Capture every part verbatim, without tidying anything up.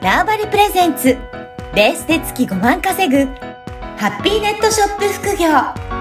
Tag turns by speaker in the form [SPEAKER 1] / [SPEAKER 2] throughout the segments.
[SPEAKER 1] ターバリプレゼンツベースで月ごまん稼ぐハッピーネットショップ副業。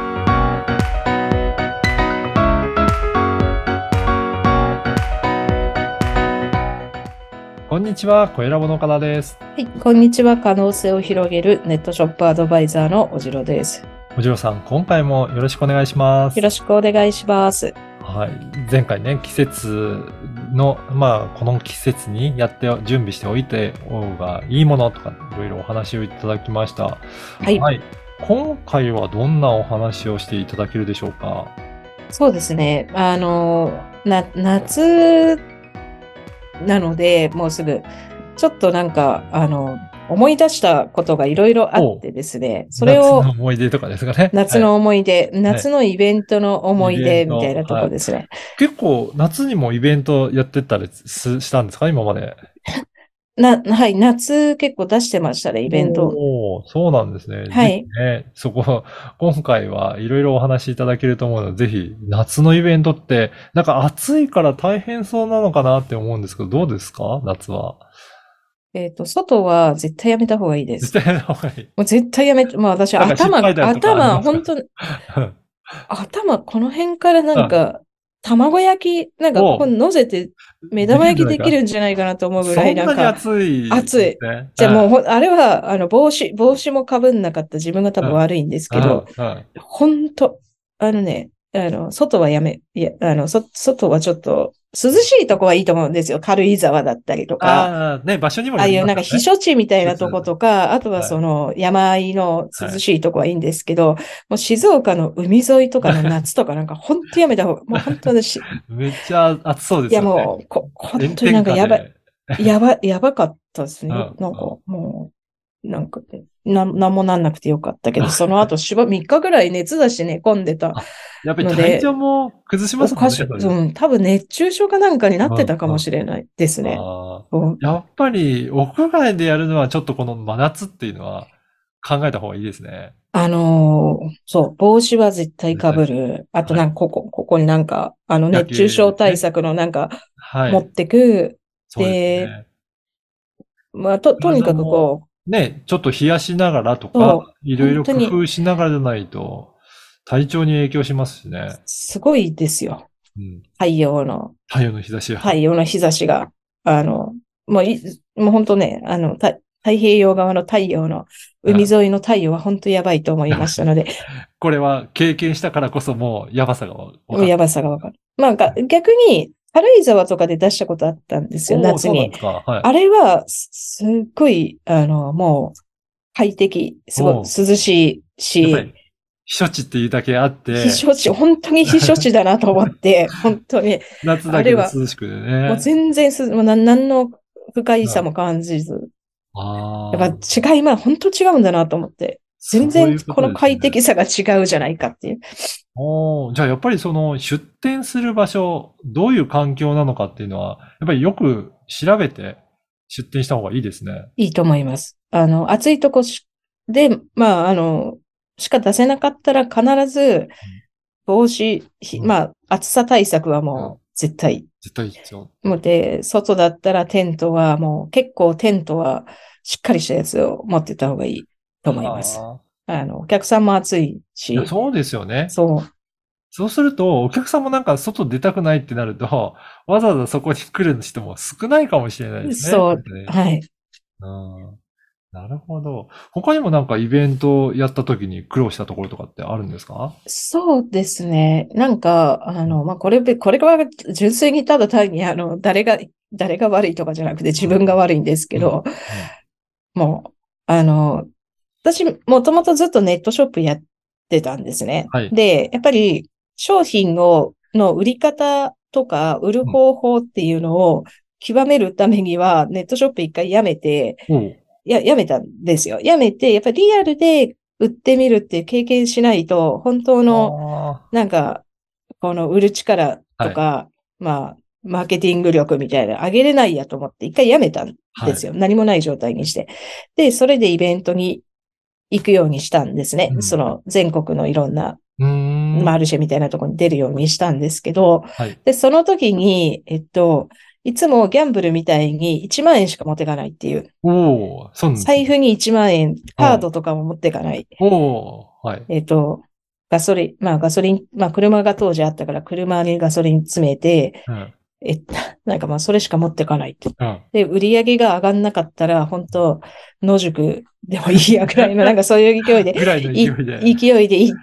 [SPEAKER 2] こんにちは、小ラボの岡田です。
[SPEAKER 3] はい、こんにちは。可能性を広げるネットショップアドバイザーのおじろです。
[SPEAKER 2] おじろさん、今回もよろしくお願いします。
[SPEAKER 3] よろしくお願いします。
[SPEAKER 2] はい、前回ね、季節の、まあ、この季節にやって準備しておいて方がいいものとか、いろいろお話をいただきました。
[SPEAKER 3] はい。
[SPEAKER 2] はい、今回はどんなお話をしていただけるでしょうか？
[SPEAKER 3] そうですね。あの、な、夏なので、もうすぐ、ちょっとなんか、あの、思い出したことがいろいろあってですね、それを、
[SPEAKER 2] 夏の思い出とかですかね。
[SPEAKER 3] 夏の思い出、
[SPEAKER 2] はい、
[SPEAKER 3] 夏のイベントの思い出みたいなところですね、はい。
[SPEAKER 2] 結構、夏にもイベントやってたりしたんですか、今まで？
[SPEAKER 3] な、はい、夏結構出してましたね、イベント。
[SPEAKER 2] おー、そうなんですね。
[SPEAKER 3] はい。
[SPEAKER 2] ぜひね、そこ、今回はいろいろお話しいただけると思うので、ぜひ、夏のイベントって、なんか暑いから大変そうなのかなって思うんですけど、どうですか、夏は？
[SPEAKER 3] えっと、外は絶対やめた方がいいです。
[SPEAKER 2] 絶対やめた方がいい。
[SPEAKER 3] もう絶対やめて、まあ私、頭、頭、本当に、頭、この辺からなんか、卵焼き、なんかここに乗せて、目玉焼きできるんじゃないかなと思うぐらい、なんか、
[SPEAKER 2] そんなに暑い、ね。
[SPEAKER 3] 暑い。じゃあもう、あれは、あの、帽子、帽子も被んなかった自分が多分悪いんですけど、本当あのね、あの、外はやめ、いや、あの、そ、外はちょっと、涼しいとこはいいと思うんですよ。軽井沢だったりとか。
[SPEAKER 2] ああ、ね、場所にも
[SPEAKER 3] よりますね。ああいうなんか避暑地みたいなとことか、あとはその山あいの涼しいとこはいいんですけど、はい、もう静岡の海沿いとかの夏とかなんか本当やめた方が、もう本当私。
[SPEAKER 2] めっちゃ暑そうですよね。
[SPEAKER 3] いやもう、こ、本当になんかやばい、やば、やばかったですね。なんかもう、なんか、な、なんもなんなくてよかったけど、その後しば、みっかぐらい熱出して寝込んでたので。
[SPEAKER 2] やっぱり体調も崩しますもんね。
[SPEAKER 3] うん、多分熱中症かなんかになってたかもしれないですね。
[SPEAKER 2] うんうん、やっぱり屋外でやるのはちょっとこの真夏っていうのは考えた方がいいですね。
[SPEAKER 3] あのー、そう、帽子は絶対被る。あとなんかここ、ここになんか、あの熱中症対策のなんか、持ってく。で、まあ、と、とにかくこ
[SPEAKER 2] う。ね、ちょっと冷やしながらとか、いろいろ工夫しながらじゃないと、体調に影響しますしね。
[SPEAKER 3] すごいですよ。うん、太陽の。
[SPEAKER 2] 太陽の日差しが。
[SPEAKER 3] 太陽の日差しが。あの、もうい、もう本当ね、あの、た、太平洋側の太陽の、海沿いの太陽は本当やばいと思いましたので。
[SPEAKER 2] これは経験したからこそもうやばさがわかる。
[SPEAKER 3] やばさがわかる。まあ、逆に、軽井沢とかで出したことあったんですよ、夏に。
[SPEAKER 2] はい、
[SPEAKER 3] あれは、すっごい、あの、もう、快適、すごい涼しいし、
[SPEAKER 2] 避暑地っていうだけあって。
[SPEAKER 3] 避暑地、本当に避暑地だなと思って、本当に。
[SPEAKER 2] 夏だけで涼しくてね。
[SPEAKER 3] もう全然す、もう何の不快さも感じず。
[SPEAKER 2] あ
[SPEAKER 3] やっぱ違い、まあ本当違うんだなと思って。全然この快適さが違うじゃないかっていう。
[SPEAKER 2] おじゃあやっぱりその出店する場所、どういう環境なのかっていうのは、やっぱりよく調べて出店した方がいいですね。
[SPEAKER 3] いいと思います。あの、暑いとこで、まあ、あの、しか出せなかったら必ず、帽子、うん、まあ、暑さ対策はもう絶対。うん、
[SPEAKER 2] 絶対必要。
[SPEAKER 3] もうで、外だったらテントはもう結構テントはしっかりしたやつを持ってた方がいいと思います。あの、お客さんも暑いし。
[SPEAKER 2] いや、そうですよね。
[SPEAKER 3] そう。
[SPEAKER 2] そうすると、お客さんもなんか外出たくないってなると、わざわざそこに来る人も少ないかもしれないですね。
[SPEAKER 3] そう。はい。
[SPEAKER 2] うんなるほど。他にもなんかイベントやった時に苦労したところとかってあるんですか？
[SPEAKER 3] そうですね。なんか、あの、まあ、これ、これは純粋にただ単に、あの、誰が、誰が悪いとかじゃなくて自分が悪いんですけど、うんうん、もう、あの、私、もともとずっとネットショップやってたんですね。はい、で、やっぱり商品を、の売り方とか、売る方法っていうのを極めるためには、ネットショップ一回やめて、うんや、やめたんですよ。やめて、やっぱりリアルで売ってみるっていう経験しないと、本当の、なんか、この売る力とか、はい、まあ、マーケティング力みたいな上げれないやと思って一回やめたんですよ。はい、何もない状態にして。で、それでイベントに行くようにしたんですね。うん、その全国のいろんな、マルシェみたいなところに出るようにしたんですけど、はい、で、その時に、えっと、 いつもギャンブルみたいにいちまん円しか持っていかないっていう。
[SPEAKER 2] おー、そうなんですね。
[SPEAKER 3] 財布にいちまん円、カードとかも持っていかない。
[SPEAKER 2] おー、はい。
[SPEAKER 3] えっと、ガソリン、まあガソリン、まあ車が当時あったから車にガソリン詰めて、
[SPEAKER 2] うん。
[SPEAKER 3] えっと、なんかまあそれしか持っていかないって。
[SPEAKER 2] うん。
[SPEAKER 3] で、売り上げが上がんなかったら、本当野宿でもいいやぐらいの、なんかそういう勢いで、
[SPEAKER 2] ぐらいの勢
[SPEAKER 3] い
[SPEAKER 2] いで。
[SPEAKER 3] 勢いで行って、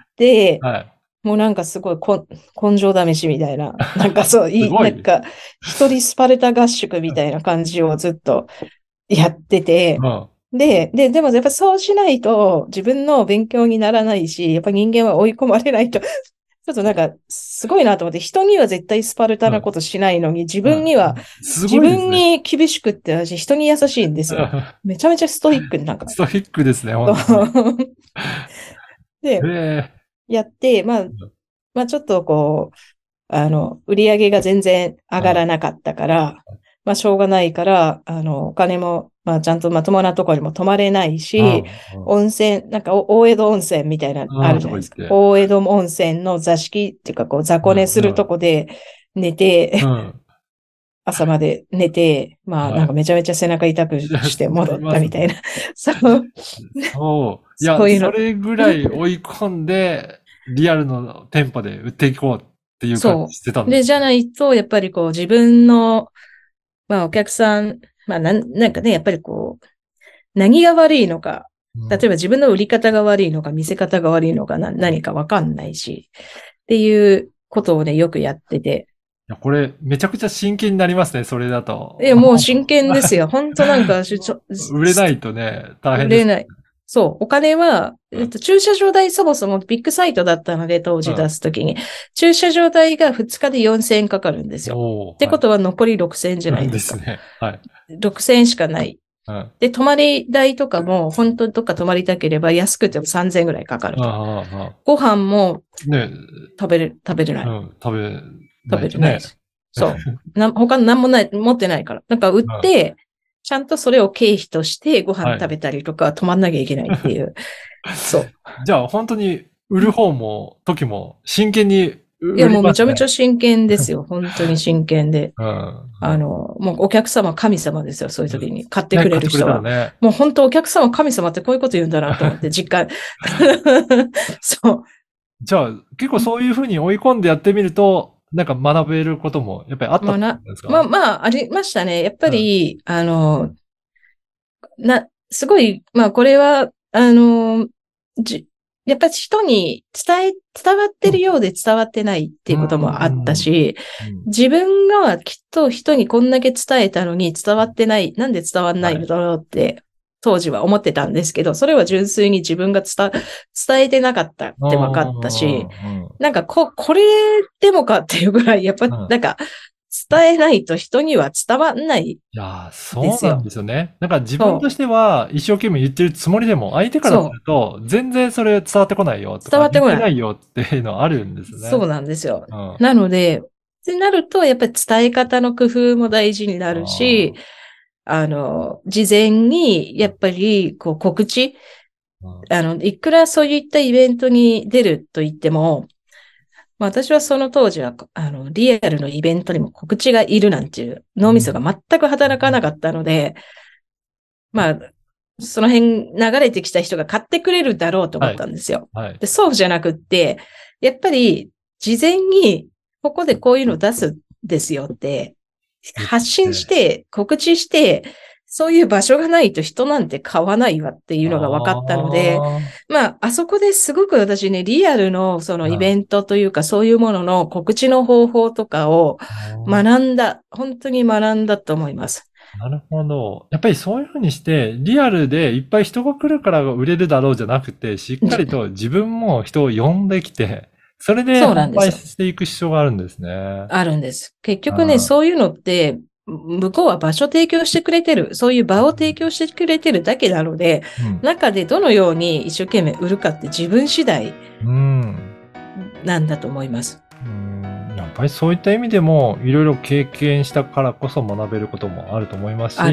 [SPEAKER 2] はい。
[SPEAKER 3] もうなんかすごいこ根性試しみたいな、なんかそう、いい、
[SPEAKER 2] すごい。
[SPEAKER 3] なんか一人スパルタ合宿みたいな感じをずっとやってて、
[SPEAKER 2] うん。
[SPEAKER 3] で、で、でもやっぱそうしないと自分の勉強にならないし、やっぱ人間は追い込まれないと、ちょっとなんかすごいなと思って、人には絶対スパルタなことしないのに、自
[SPEAKER 2] うん。
[SPEAKER 3] 分には、
[SPEAKER 2] す
[SPEAKER 3] 自
[SPEAKER 2] ごいですね。
[SPEAKER 3] 分に厳しくって私、人に優しいんですよ。めちゃめちゃストイックになんか。
[SPEAKER 2] ストイックですね、本当に。
[SPEAKER 3] で、
[SPEAKER 2] へえ。
[SPEAKER 3] やって、まあ、まあちょっとこう、あの、売り上げが全然上がらなかったから、まあしょうがないから、あの、お金も、まあちゃんとまともなところにも泊まれないし、温泉、なんか大江戸温泉みたいなのあるじゃないですか。大江戸温泉の座敷っていうかこう雑魚寝するとこで寝て、
[SPEAKER 2] うん。
[SPEAKER 3] 朝まで寝て、まあなんかめちゃめちゃ背中痛くして戻ったみたいな。そう。
[SPEAKER 2] そう。いや、
[SPEAKER 3] そういうの。
[SPEAKER 2] それぐらい追い込んで、リアルの店舗で売っていこうっていう感じしてたん
[SPEAKER 3] そう。で、
[SPEAKER 2] ですね。
[SPEAKER 3] じゃないと、やっぱりこう自分の、まあお客さん、まあなん、なんかね、やっぱりこう、何が悪いのか、例えば自分の売り方が悪いのか、見せ方が悪いのか、な何かわかんないし、っていうことをね、よくやってて。
[SPEAKER 2] いや、これ、めちゃくちゃ真剣になりますね、それだと。
[SPEAKER 3] いや、もう真剣ですよ。本当なんか、
[SPEAKER 2] 売れないとね、大変です。
[SPEAKER 3] 売れない。そう。お金は、えっと、駐車場代そもそもビッグサイトだったので、当時出すときに、うん、駐車場代がふつかでよんせんえんかかるんですよ。ってことは残りろくせんえんじゃないですか。
[SPEAKER 2] ですね。はい。
[SPEAKER 3] ろくせんえんしかない。うん、で、泊まり代とかも、本当どっか泊まりたければ安くてもさんぜんえんぐらいかかると。ああご飯も、ね、食べれ、食べれない。うん、
[SPEAKER 2] 食べれない、ね。
[SPEAKER 3] 食べれないです。そう。な他何もない、持ってないから。なんか売って、うん、ちゃんとそれを経費としてご飯食べたりとか泊まんなきゃいけないっていう。はい、そう。
[SPEAKER 2] じゃあ本当に売る方も、時も真剣に売りますね。
[SPEAKER 3] いやもうめちゃめちゃ真剣ですよ。本当に真剣で。うん、あの、もうお客様神様ですよ。そういう時に買ってくれる人は。ね、もう本当お客様神様ってこういうこと言うんだなと思って実感。そう。
[SPEAKER 2] じゃあ結構そういうふうに追い込んでやってみると、なんか学べることもやっぱりあったんですか？
[SPEAKER 3] まあ、まあ、ありましたね。やっぱり、うん、あの、な、すごい、まあこれは、あの、じ、やっぱり人に伝え、伝わってるようで伝わってないっていうこともあったし、自分がきっと人にこんだけ伝えたのに伝わってない、なんで伝わんないのだろうって、当時は思ってたんですけど、それは純粋に自分が伝、伝えてなかったって分かったし、なんかこ、これでもかっていうぐらい、やっぱ、なんか、伝えないと人には伝わんない。
[SPEAKER 2] いやー、そうなんですよね。なんか自分としては一生懸命言ってるつもりでも、相手からすると、全然それ伝わってこないよとか、
[SPEAKER 3] 伝わってこない。
[SPEAKER 2] 言ってないよっていうのあるんですね。
[SPEAKER 3] そうなんですよ。うん、なので、ってなると、やっぱり伝え方の工夫も大事になるし、あの、事前に、やっぱり、こう、告知、うん、あの、いくらそういったイベントに出ると言っても、まあ、私はその当時は、あの、リアルのイベントにも告知がいるなんていう脳みそが全く働かなかったので、うん、まあ、その辺流れてきた人が買ってくれるだろうと思ったんですよ。はいはい、でそうじゃなくって、やっぱり事前にここでこういうの出すんですよって発信して告知して、そういう場所がないと人なんて買わないわっていうのが分かったので、あまあ、あそこですごく私ね、リアルのそのイベントというか、そういうものの告知の方法とかを学んだ、本当に学んだと思います。
[SPEAKER 2] なるほど。やっぱりそういうふうにして、リアルでいっぱい人が来るから売れるだろうじゃなくて、しっかりと自分も人を呼んできて、それで販売していく必要があるんですね。
[SPEAKER 3] あるんです。結局ね、そういうのって、向こうは場所提供してくれてる、そういう場を提供してくれてるだけなので、うん、中でどのように一生懸命売るかって自分次第なんだと思います。
[SPEAKER 2] うんうん、やっぱりそういった意味でも、いろいろ経験したからこそ学べることもあると思いますし、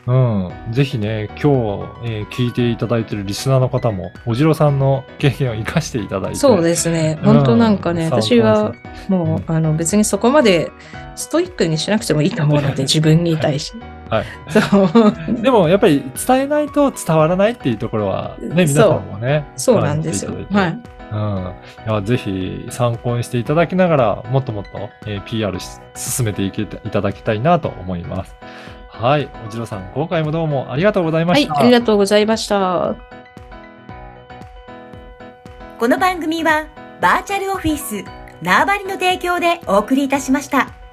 [SPEAKER 2] うん。ぜひね、今日、えー聞いていただいているリスナーの方も、おじろさんの経験を生かしていただいて。
[SPEAKER 3] そうですね。
[SPEAKER 2] うん
[SPEAKER 3] 本当なんかね、
[SPEAKER 2] 参考に
[SPEAKER 3] 私は
[SPEAKER 2] さ
[SPEAKER 3] もう、あの、別にそこまでストイックにしなくてもいいと思うので、自分に対して。
[SPEAKER 2] はい。
[SPEAKER 3] そう。
[SPEAKER 2] でも、やっぱり伝えないと伝わらないっていうところは、ね、皆さんもね、
[SPEAKER 3] そうなんですよ。
[SPEAKER 2] 感じていただいて
[SPEAKER 3] はい。
[SPEAKER 2] うん。いや、ぜひ参考にしていただきながら、もっともっと、えー ピーアール し進めていけたいただきたいなと思います。はい。おじろさん、今回もどうもありがとうございま
[SPEAKER 3] はい、
[SPEAKER 2] した。
[SPEAKER 3] ありがとうございました。
[SPEAKER 1] この番組はバーチャルオフィス縄張りの提供でお送りいたしました。